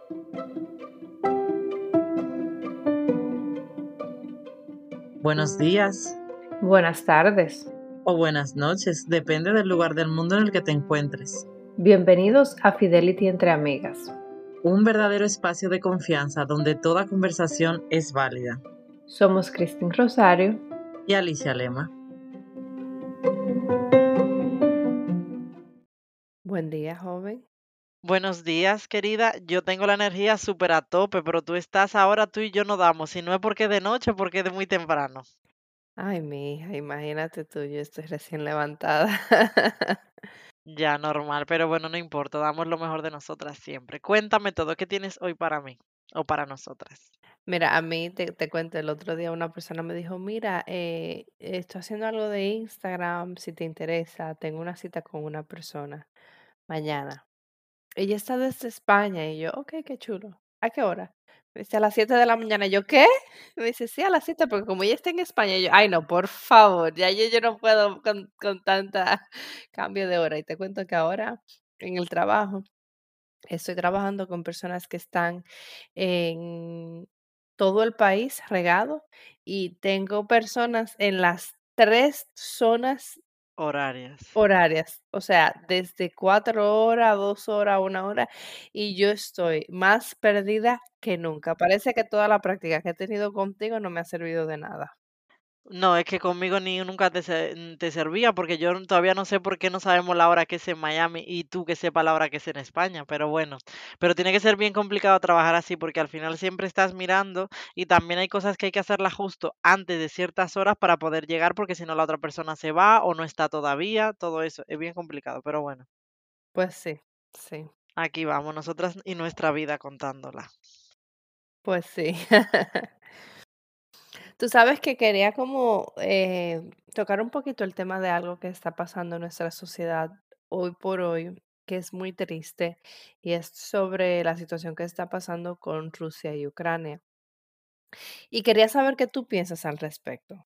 Buenos días Buenas tardes. o buenas noches, depende del lugar del mundo en el que te encuentres. Bienvenidos a Fidelity entre amigas. Un verdadero espacio de confianza donde toda conversación es válida. Somos Cristín Rosario. Y Alicia Lema. Buen día, joven. Buenos días, querida. Yo tengo la energía súper a tope, pero tú estás ahora, tú y yo no damos. Si no es porque es de noche, porque es de muy temprano. Ay, mi hija, imagínate tú, yo estoy recién levantada. Ya, normal, pero bueno, no importa, damos lo mejor de nosotras siempre. Cuéntame todo, ¿qué tienes hoy para mí o para nosotras? Mira, a mí te cuento, el otro día una persona me dijo, mira, estoy haciendo algo de Instagram, si te interesa, tengo una cita con una persona mañana. Ella está desde España y yo, ok, qué chulo. ¿A qué hora? Me dice a las 7 de la mañana. Y yo, ¿qué? Me dice, sí, a las 7 porque como ella está en España, yo, ay, no, por favor, ya yo no puedo con tanta cambio de hora. Y te cuento que ahora en el trabajo estoy trabajando con personas que están en todo el país regado y tengo personas en las tres zonas Horarias. horarias, o sea, desde 4 horas, 2 horas, 1 hora, y yo estoy más perdida que nunca. Parece que toda la práctica que he tenido contigo no me ha servido de nada. No, es que conmigo ni nunca te servía porque yo todavía no sé por qué no sabemos la hora que es en Miami y tú que sepas la hora que es en España, pero bueno, pero tiene que ser bien complicado trabajar así porque al final siempre estás mirando y también hay cosas que hay que hacerlas justo antes de ciertas horas para poder llegar porque si no la otra persona se va o no está todavía, todo eso es bien complicado, pero bueno, Pues sí, sí, aquí vamos, nosotras y nuestra vida contándola. pues sí. Tú sabes que quería como tocar un poquito el tema de algo que está pasando en nuestra sociedad hoy por hoy, que es muy triste, y es sobre la situación que está pasando con Rusia y Ucrania. Y quería saber qué tú piensas al respecto.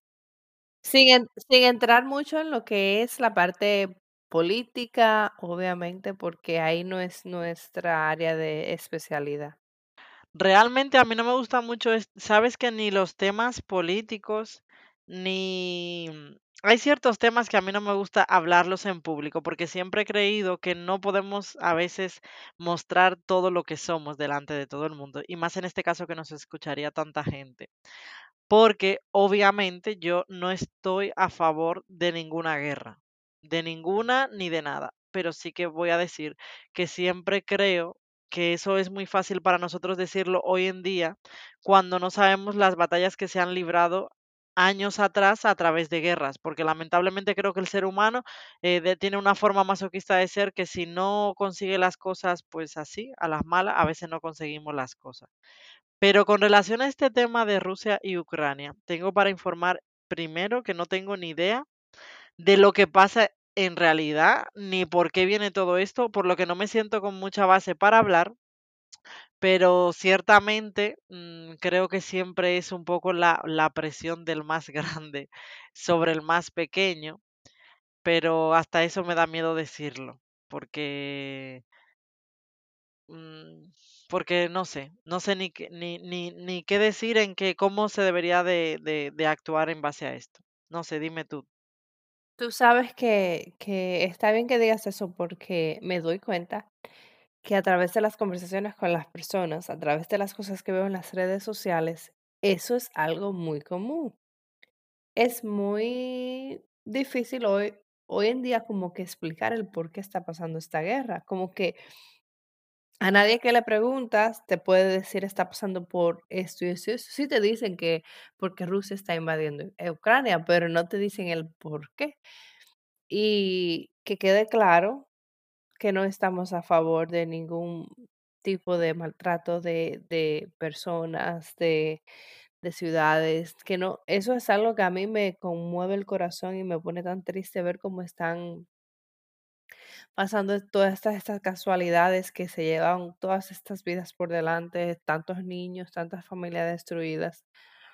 Sin entrar mucho en lo que es la parte política, obviamente, porque ahí no es nuestra área de especialidad. Realmente a mí no me gusta mucho, sabes que ni los temas políticos, ni hay ciertos temas que a mí no me gusta hablarlos en público, porque siempre he creído que no podemos a veces mostrar todo lo que somos delante de todo el mundo, y más en este caso que nos escucharía tanta gente, porque obviamente yo no estoy a favor de ninguna guerra, de ninguna ni de nada, pero sí que voy a decir que siempre creo que eso es muy fácil para nosotros decirlo hoy en día cuando no sabemos las batallas que se han librado años atrás a través de guerras, porque lamentablemente creo que el ser humano tiene una forma masoquista de ser que si no consigue las cosas pues así, a las malas, a veces no conseguimos las cosas. Pero con relación a este tema de Rusia y Ucrania, tengo para informar primero que no tengo ni idea de lo que pasa en realidad, ni por qué viene todo esto, por lo que no me siento con mucha base para hablar, pero ciertamente creo que siempre es un poco la presión del más grande sobre el más pequeño, pero hasta eso me da miedo decirlo, porque Mm, porque no sé ni qué decir en que cómo se debería de actuar en base a esto. No sé, dime tú. Tú sabes que está bien que digas eso porque me doy cuenta que a través de las conversaciones con las personas, a través de las cosas que veo en las redes sociales, eso es algo muy común. Es muy difícil hoy en día como que explicar el por qué está pasando esta guerra. Como que a nadie que le preguntas te puede decir está pasando por esto y esto y eso. Sí te dicen que porque Rusia está invadiendo Ucrania, pero no te dicen el por qué. Y que quede claro que no estamos a favor de ningún tipo de maltrato de personas, de ciudades, que no, eso es algo que a mí me conmueve el corazón y me pone tan triste ver cómo están pasando todas estas casualidades que se llevan todas estas vidas por delante, tantos niños, tantas familias destruidas.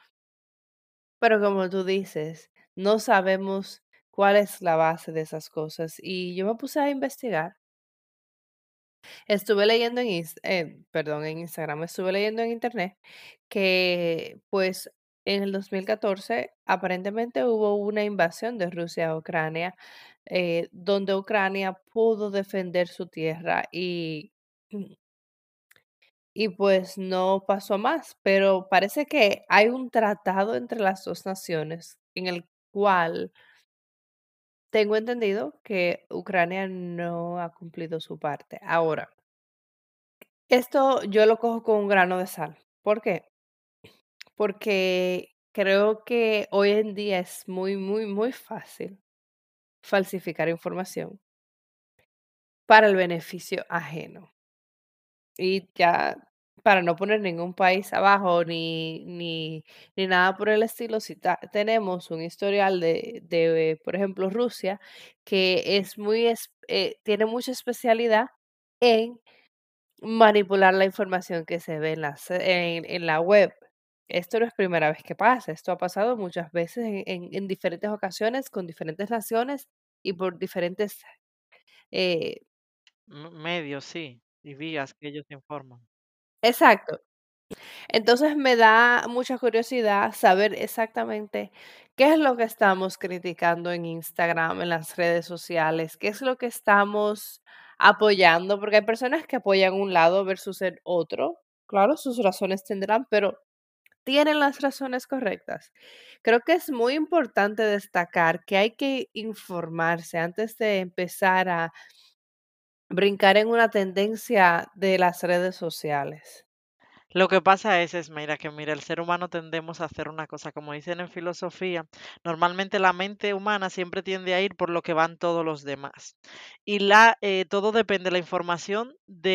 Pero como tú dices, no sabemos cuál es la base de esas cosas. Y yo me puse a investigar Estuve leyendo perdón, en Instagram, estuve leyendo en internet que, pues, en el 2014 aparentemente hubo una invasión de Rusia a Ucrania, donde Ucrania pudo defender su tierra y pues no pasó más, pero parece que hay un tratado entre las 2 naciones en el cual tengo entendido que Ucrania no ha cumplido su parte. Ahora, esto yo lo cojo con un grano de sal. ¿Por qué? Porque creo que hoy en día es muy, muy, muy fácil falsificar información para el beneficio ajeno. Y ya, para no poner ningún país abajo ni nada por el estilo, si tenemos un historial por ejemplo, Rusia, que es tiene mucha especialidad en manipular la información que se ve en la web. Esto no es primera vez que pasa, esto ha pasado muchas veces en diferentes ocasiones, con diferentes naciones y por diferentes... eh, Medios, sí, y vías que ellos informan. exacto. Entonces me da mucha curiosidad saber exactamente qué es lo que estamos criticando en Instagram, en las redes sociales, qué es lo que estamos apoyando, porque hay personas que apoyan un lado versus el otro. Claro, sus razones tendrán, pero tienen las razones correctas. Creo que es muy importante destacar que hay que informarse antes de empezar a brincar en una tendencia de las redes sociales. Lo que pasa es, Esmeira, que mira, el ser humano tendemos a hacer una cosa, como dicen en filosofía, normalmente la mente humana siempre tiende a ir por lo que van todos los demás. Y todo depende de la información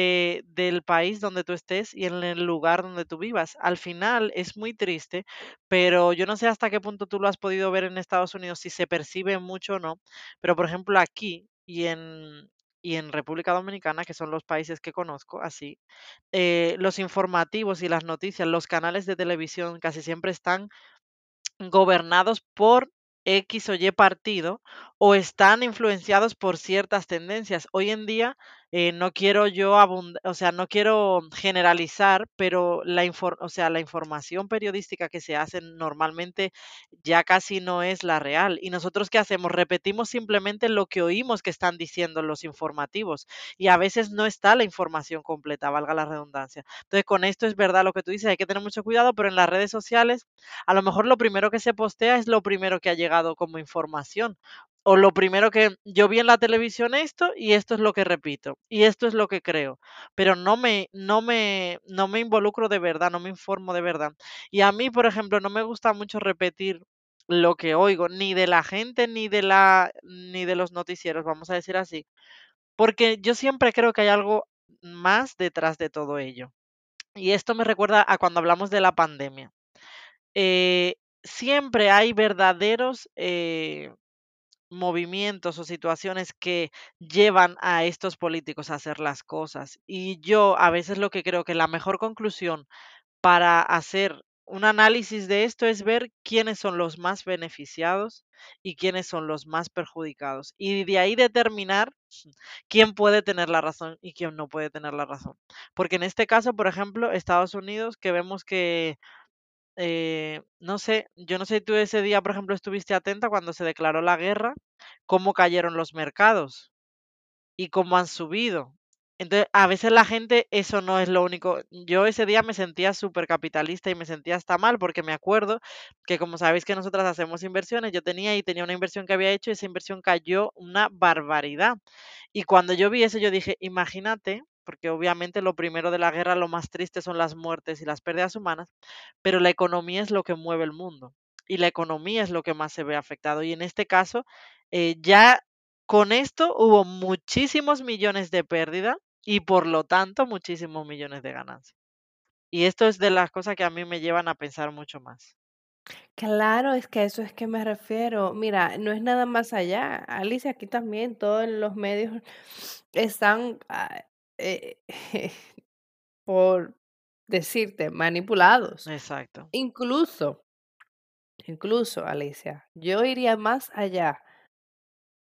del país donde tú estés y en el lugar donde tú vivas. Al final es muy triste, pero yo no sé hasta qué punto tú lo has podido ver en Estados Unidos, si se percibe mucho o no, pero por ejemplo aquí y en República Dominicana, que son los países que conozco así, los informativos y las noticias, los canales de televisión casi siempre están gobernados por X o Y partido o están influenciados por ciertas tendencias. Hoy en día no quiero o sea, no quiero generalizar, pero o sea, la información periodística que se hace normalmente ya casi no es la real. ¿Y nosotros qué hacemos? Repetimos simplemente lo que oímos que están diciendo los informativos y a veces no está la información completa, valga la redundancia. Entonces, con esto es verdad lo que tú dices, hay que tener mucho cuidado, pero en las redes sociales a lo mejor lo primero que se postea es lo primero que ha llegado como información. O lo primero que yo vi en la televisión esto y esto es lo que repito y esto es lo que creo, pero no me involucro de verdad, no me informo de verdad. Y a mí, por ejemplo, no me gusta mucho repetir lo que oigo, ni de la gente, ni de los noticieros, vamos a decir así, porque yo siempre creo que hay algo más detrás de todo ello. Y esto me recuerda a cuando hablamos de la pandemia. Siempre hay verdaderos movimientos o situaciones que llevan a estos políticos a hacer las cosas. Y yo a veces lo que creo que la mejor conclusión para hacer un análisis de esto es ver quiénes son los más beneficiados y quiénes son los más perjudicados. Y de ahí determinar quién puede tener la razón y quién no puede tener la razón. Porque en este caso, por ejemplo, Estados Unidos, que vemos que no sé, yo no sé si tú ese día, por ejemplo, estuviste atenta cuando se declaró la guerra, cómo cayeron los mercados y cómo han subido. Entonces, a veces la gente, eso no es lo único. Yo ese día me sentía súper capitalista y me sentía hasta mal porque me acuerdo que como sabéis que nosotras hacemos inversiones, yo tenía una inversión que había hecho y esa inversión cayó una barbaridad. Y cuando yo vi eso, yo dije, imagínate, porque obviamente lo primero de la guerra, lo más triste son las muertes y las pérdidas humanas, pero la economía es lo que mueve el mundo y la economía es lo que más se ve afectado. Y en este caso, ya con esto hubo muchísimos millones de pérdida y por lo tanto muchísimos millones de ganancia. Y esto es de las cosas que a mí me llevan a pensar mucho más. Claro, es que a eso es que me refiero. Mira, no es nada más allá. Alicia, aquí también todos los medios están, eh, por decirte, manipulados. Exacto. Incluso, incluso, Alicia, yo iría más allá.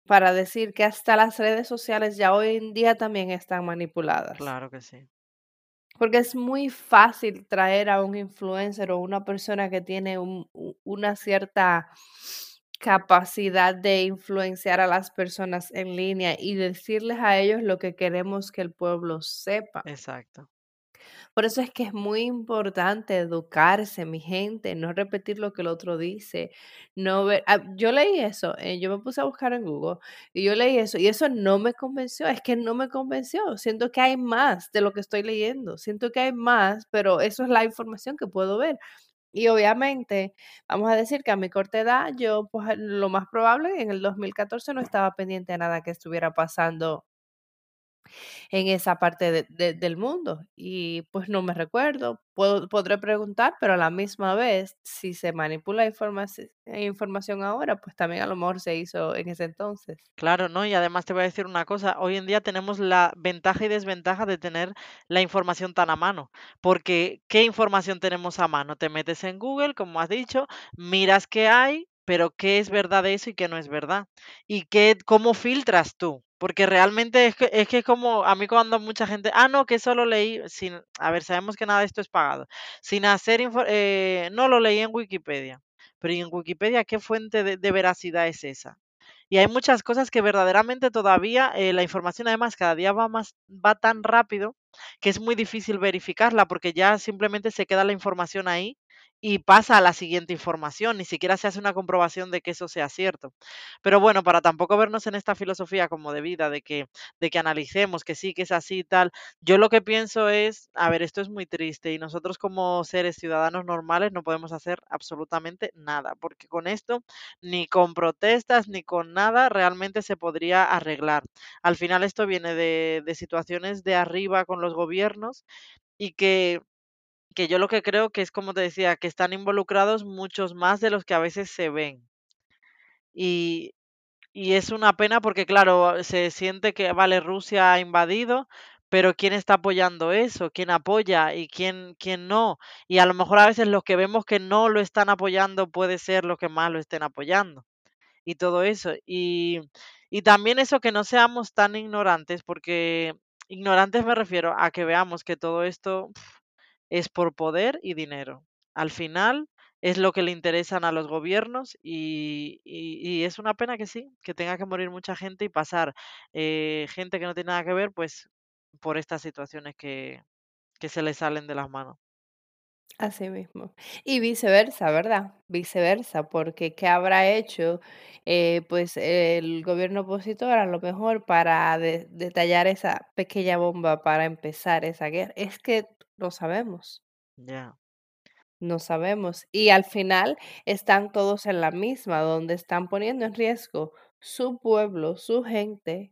para decir que hasta las redes sociales ya hoy en día también están manipuladas. Claro que sí, Porque es muy fácil traer a un influencer o una persona que tiene una cierta capacidad de influenciar a las personas en línea y decirles a ellos lo que queremos que el pueblo sepa. exacto. Por eso es que es muy importante educarse, mi gente, no repetir lo que el otro dice, no ver. Yo leí eso, yo me puse a buscar en Google y yo leí eso y eso no me convenció, es que no me convenció. Siento que hay más de lo que estoy leyendo, siento que hay más, pero eso es la información que puedo ver. Y obviamente, vamos a decir que a mi corta edad, yo pues lo más probable en el 2014 no estaba pendiente a nada que estuviera pasando en esa parte del mundo. Y pues no me recuerdo, podré preguntar, pero a la misma vez, si se manipula información ahora, pues también a lo mejor se hizo en ese entonces. Claro, ¿no? Y además te voy a decir una cosa, hoy en día tenemos la ventaja y desventaja de tener la información tan a mano, porque ¿qué información tenemos a mano? Te metes en Google, como has dicho, miras qué hay, pero qué es verdad de eso y qué no es verdad. Y qué, cómo filtras tú, porque realmente es que como a mí cuando mucha gente, no, que eso lo leí, sin, a ver, sabemos que nada de esto es pagado, sin hacer, no lo leí en Wikipedia, pero ¿y en Wikipedia qué fuente de veracidad es esa? Y hay muchas cosas que verdaderamente todavía, la información además cada día va tan rápido que es muy difícil verificarla porque ya simplemente se queda la información ahí y pasa a la siguiente información, ni siquiera se hace una comprobación de que eso sea cierto. Pero bueno, para tampoco vernos en esta filosofía como de vida, de que analicemos que sí, que es así y tal, yo lo que pienso es, a ver, esto es muy triste y nosotros como seres ciudadanos normales no podemos hacer absolutamente nada, porque con esto ni con protestas, ni con nada realmente se podría arreglar. Al final esto viene de situaciones de arriba con los gobiernos y que yo lo que creo que es como te decía, que están involucrados muchos más de los que a veces se ven. Y, y es una pena porque, claro, se siente que, vale, Rusia ha invadido, pero ¿quién está apoyando eso? ¿Quién apoya y quién no? Y a lo mejor a veces los que vemos que no lo están apoyando puede ser los que más lo estén apoyando y todo eso. Y también eso que no seamos tan ignorantes, porque ignorantes me refiero a que veamos que todo esto es por poder y dinero. Al final es lo que le interesan a los gobiernos y es una pena que sí, que tenga que morir mucha gente y pasar gente que no tiene nada que ver, pues por estas situaciones que se le salen de las manos. Así mismo. Y viceversa, ¿verdad? Viceversa, porque ¿qué habrá hecho pues el gobierno opositor a lo mejor para detallar esa pequeña bomba para empezar esa guerra? Es que no sabemos, Ya. no sabemos. Y al final están todos en la misma, donde están poniendo en riesgo su pueblo, su gente.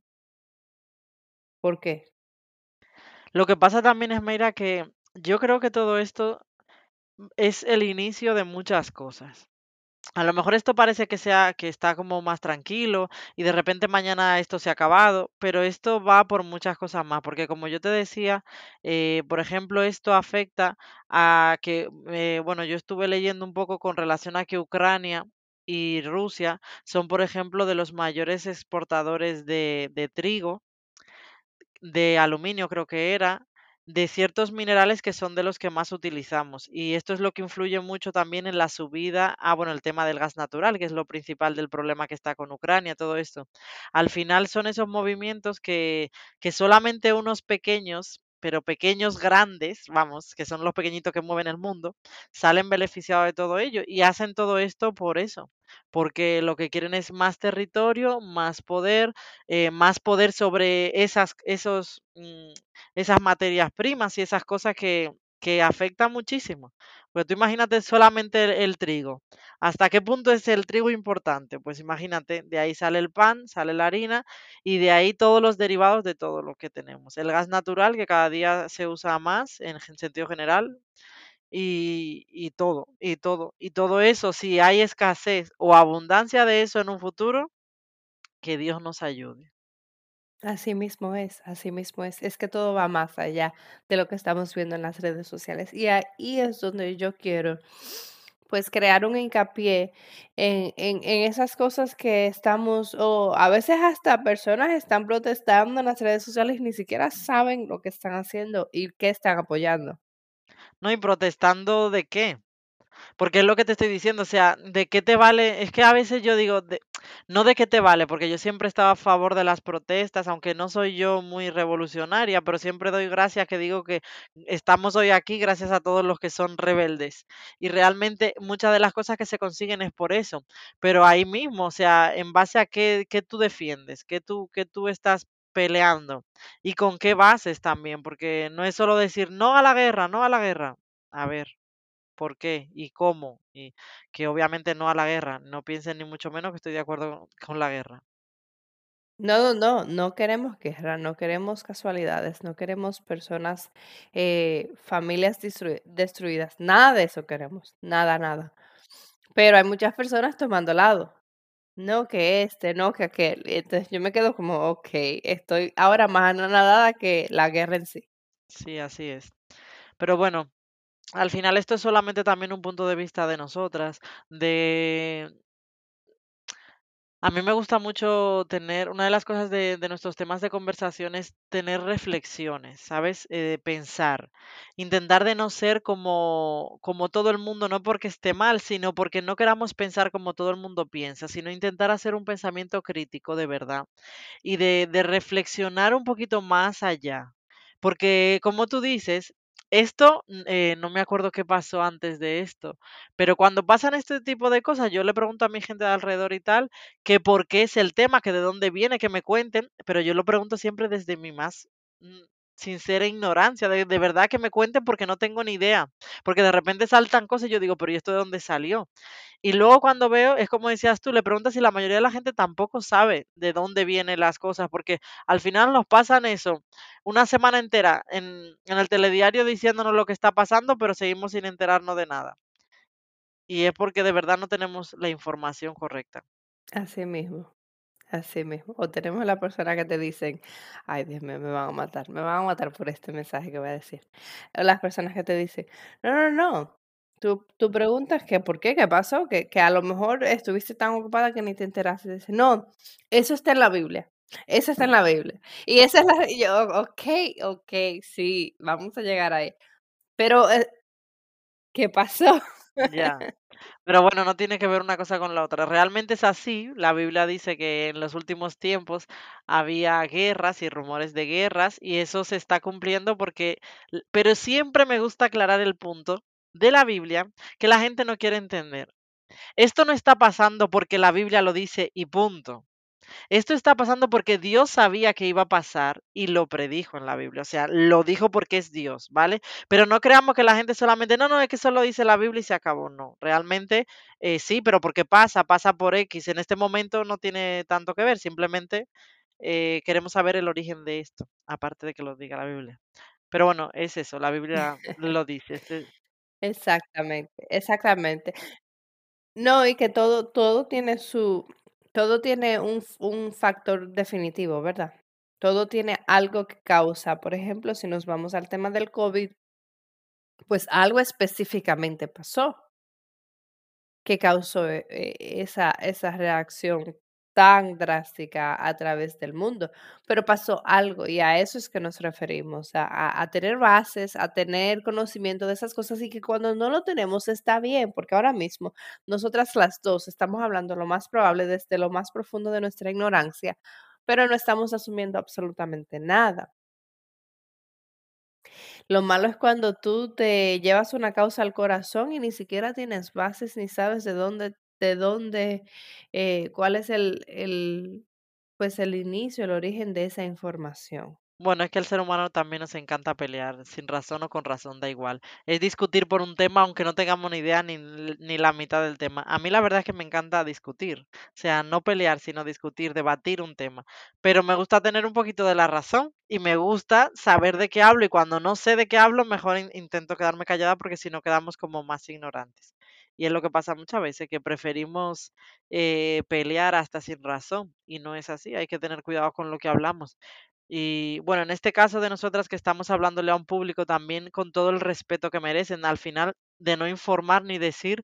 ¿Por qué? Lo que pasa también es, Mayra, que yo creo que todo esto es el inicio de muchas cosas. A lo mejor esto parece que está como más tranquilo y de repente mañana esto se ha acabado, pero esto va por muchas cosas más, porque como yo te decía, por ejemplo, esto afecta a que, bueno, yo estuve leyendo un poco con relación a que Ucrania y Rusia son, por ejemplo, de los mayores exportadores de trigo, de aluminio creo que era, de ciertos minerales que son de los que más utilizamos. Y esto es lo que influye mucho también en la subida, bueno, el tema del gas natural, que es lo principal del problema que está con Ucrania, todo esto. Al final son esos movimientos que solamente unos pequeños, pero pequeños grandes, vamos, que son los pequeñitos que mueven el mundo, salen beneficiados de todo ello y hacen todo esto por eso, porque lo que quieren es más territorio, más poder sobre esas materias primas y esas cosas que afectan muchísimo. Pero tú imagínate solamente el trigo. ¿Hasta qué punto es el trigo importante? Pues imagínate, de ahí sale el pan, sale la harina y de ahí todos los derivados de todo lo que tenemos. El gas natural, que cada día se usa más en sentido general, y todo, y todo. Y todo eso, si hay escasez o abundancia de eso en un futuro, que Dios nos ayude. Así mismo es, así mismo es. Es que todo va más allá de lo que estamos viendo en las redes sociales. Y ahí es donde yo quiero, pues crear un hincapié en esas cosas que estamos, o a veces hasta personas están protestando en las redes sociales y ni siquiera saben lo que están haciendo y qué están apoyando. ¿No? ¿Y protestando de qué? Porque es lo que te estoy diciendo, o sea, ¿de qué te vale? Es que a veces yo digo, no de qué te vale, porque yo siempre estaba a favor de las protestas, aunque no soy yo muy revolucionaria, pero siempre doy gracias que digo que estamos hoy aquí gracias a todos los que son rebeldes. Y realmente muchas de las cosas que se consiguen es por eso. Pero ahí mismo, o sea, en base a qué tú defiendes, qué tú estás peleando y con qué bases también, porque no es solo decir no a la guerra, no a la guerra. A ver. ¿Por qué? ¿Y cómo? Y que obviamente no a la guerra. No piensen ni mucho menos que estoy de acuerdo con la guerra. No, no, no, no queremos guerra, no queremos casualidades, no queremos personas, familias destruidas, nada de eso queremos, nada, nada. Pero hay muchas personas tomando lado, no que este, no que aquel. Entonces yo me quedo como, ok, estoy ahora más anonadada que la guerra en sí. Sí, así es. Pero bueno, al final esto es solamente también un punto de vista de nosotras, de a mí me gusta mucho tener, una de las cosas de nuestros temas de conversación es tener reflexiones, ¿sabes? Pensar, intentar de no ser como todo el mundo, no porque esté mal, sino porque no queramos pensar como todo el mundo piensa, sino intentar hacer un pensamiento crítico de verdad y de reflexionar un poquito más allá. Porque como tú dices, esto, no me acuerdo qué pasó antes de esto, pero cuando pasan este tipo de cosas, yo le pregunto a mi gente de alrededor y tal, que por qué es el tema, que de dónde viene, que me cuenten, pero yo lo pregunto siempre desde mi más sincera ignorancia, de verdad que me cuenten porque no tengo ni idea, porque de repente saltan cosas y yo digo, pero ¿y esto de dónde salió? Y luego cuando veo, es como decías tú, le preguntas si la mayoría de la gente tampoco sabe de dónde vienen las cosas, porque al final nos pasan eso, una semana entera en el telediario diciéndonos lo que está pasando, pero seguimos sin enterarnos de nada. Y es porque de verdad no tenemos la información correcta. Así mismo. Así mismo. O tenemos a la persona que te dicen, ay, Dios mío, me van a matar por este mensaje que voy a decir. O las personas que te dicen, no, no, no. Tú preguntas que por qué, qué pasó, que a lo mejor estuviste tan ocupada que ni te enteraste. Dice, no, eso está en la Biblia. Eso está en la Biblia. Y esa es la... y yo, ok, ok, sí, vamos a llegar ahí. Pero, ¿qué pasó? Ya. Pero bueno, no tiene que ver una cosa con la otra. Realmente es así. La Biblia dice que en los últimos tiempos había guerras y rumores de guerras y eso se está cumpliendo porque, pero siempre me gusta aclarar el punto de la Biblia que la gente no quiere entender. Esto no está pasando porque la Biblia lo dice y punto. Esto está pasando porque Dios sabía que iba a pasar y lo predijo en la Biblia. O sea, lo dijo porque es Dios, ¿vale? Pero no creamos que la gente solamente, no, no, es que solo dice la Biblia y se acabó. No, realmente sí, pero porque pasa por X. En este momento no tiene tanto que ver, simplemente queremos saber el origen de esto, aparte de que lo diga la Biblia. Pero bueno, es eso, la Biblia lo dice. Exactamente, exactamente. No, y que todo tiene un factor definitivo, ¿verdad? Todo tiene algo que causa. Por ejemplo, si nos vamos al tema del COVID, pues algo específicamente pasó que causó, esa reacción tan drástica a través del mundo, pero pasó algo y a eso es que nos referimos, a tener bases, a tener conocimiento de esas cosas y que cuando no lo tenemos está bien, porque ahora mismo nosotras las 2 estamos hablando lo más probable desde lo más profundo de nuestra ignorancia, pero no estamos asumiendo absolutamente nada. Lo malo es cuando tú te llevas una causa al corazón y ni siquiera tienes bases ni sabes de dónde, cuál es pues el inicio, el origen de esa información. Bueno, es que el ser humano también nos encanta pelear, sin razón o con razón, da igual. Es discutir por un tema aunque no tengamos ni idea ni la mitad del tema. A mí la verdad es que me encanta discutir, o sea, no pelear, sino discutir, debatir un tema. Pero me gusta tener un poquito de la razón y me gusta saber de qué hablo y cuando no sé de qué hablo, mejor intento quedarme callada porque si no quedamos como más ignorantes. Y es lo que pasa muchas veces, que preferimos pelear hasta sin razón y no es así, hay que tener cuidado con lo que hablamos. Y bueno, en este caso de nosotras que estamos hablándole a un público también con todo el respeto que merecen, al final de no informar ni decir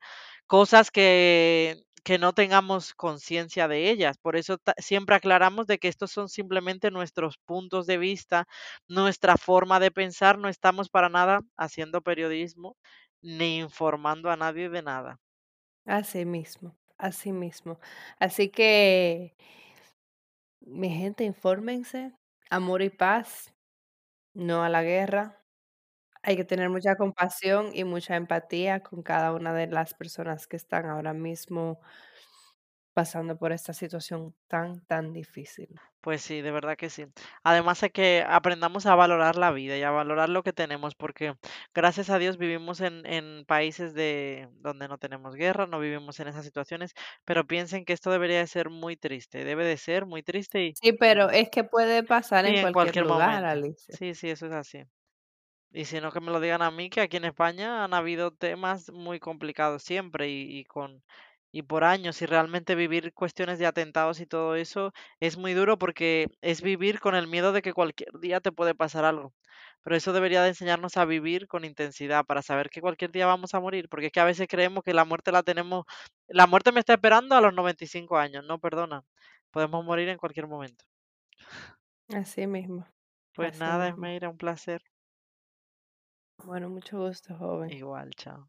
cosas que no tengamos conciencia de ellas. Por eso siempre aclaramos de que estos son simplemente nuestros puntos de vista, nuestra forma de pensar, no estamos para nada haciendo periodismo ni informando a nadie de nada. Así mismo, así mismo. Así que, mi gente, infórmense, amor y paz, no a la guerra. Hay que tener mucha compasión y mucha empatía con cada una de las personas que están ahora mismo pasando por esta situación tan, tan difícil. Pues sí, de verdad que sí. Además es que aprendamos a valorar la vida y a valorar lo que tenemos, porque gracias a Dios vivimos en países donde no tenemos guerra, no vivimos en esas situaciones, pero piensen que esto debería de ser muy triste, debe de ser muy triste Sí, y pero es que puede pasar sí, en en cualquier cualquier lugar, momento. Alicia. Sí, sí, eso es así. Y si no, que me lo digan a mí, que aquí en España han habido temas muy complicados siempre y por años, y realmente vivir cuestiones de atentados y todo eso es muy duro porque es vivir con el miedo de que cualquier día te puede pasar algo. Pero eso debería de enseñarnos a vivir con intensidad para saber que cualquier día vamos a morir, porque es que a veces creemos que la muerte la tenemos, la muerte me está esperando a los 95 años, no, perdona, podemos morir en cualquier momento. Así mismo, Pues así nada, mismo. Esmeira, un placer. Bueno, mucho gusto, joven. Igual, chao.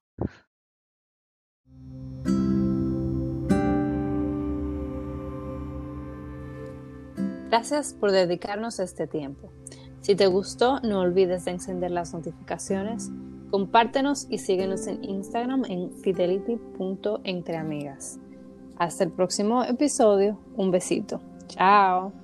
Gracias por dedicarnos este tiempo. Si te gustó, no olvides de encender las notificaciones, compártenos y síguenos en Instagram en fidelity.entreamigas. Hasta el próximo episodio. Un besito. Chao.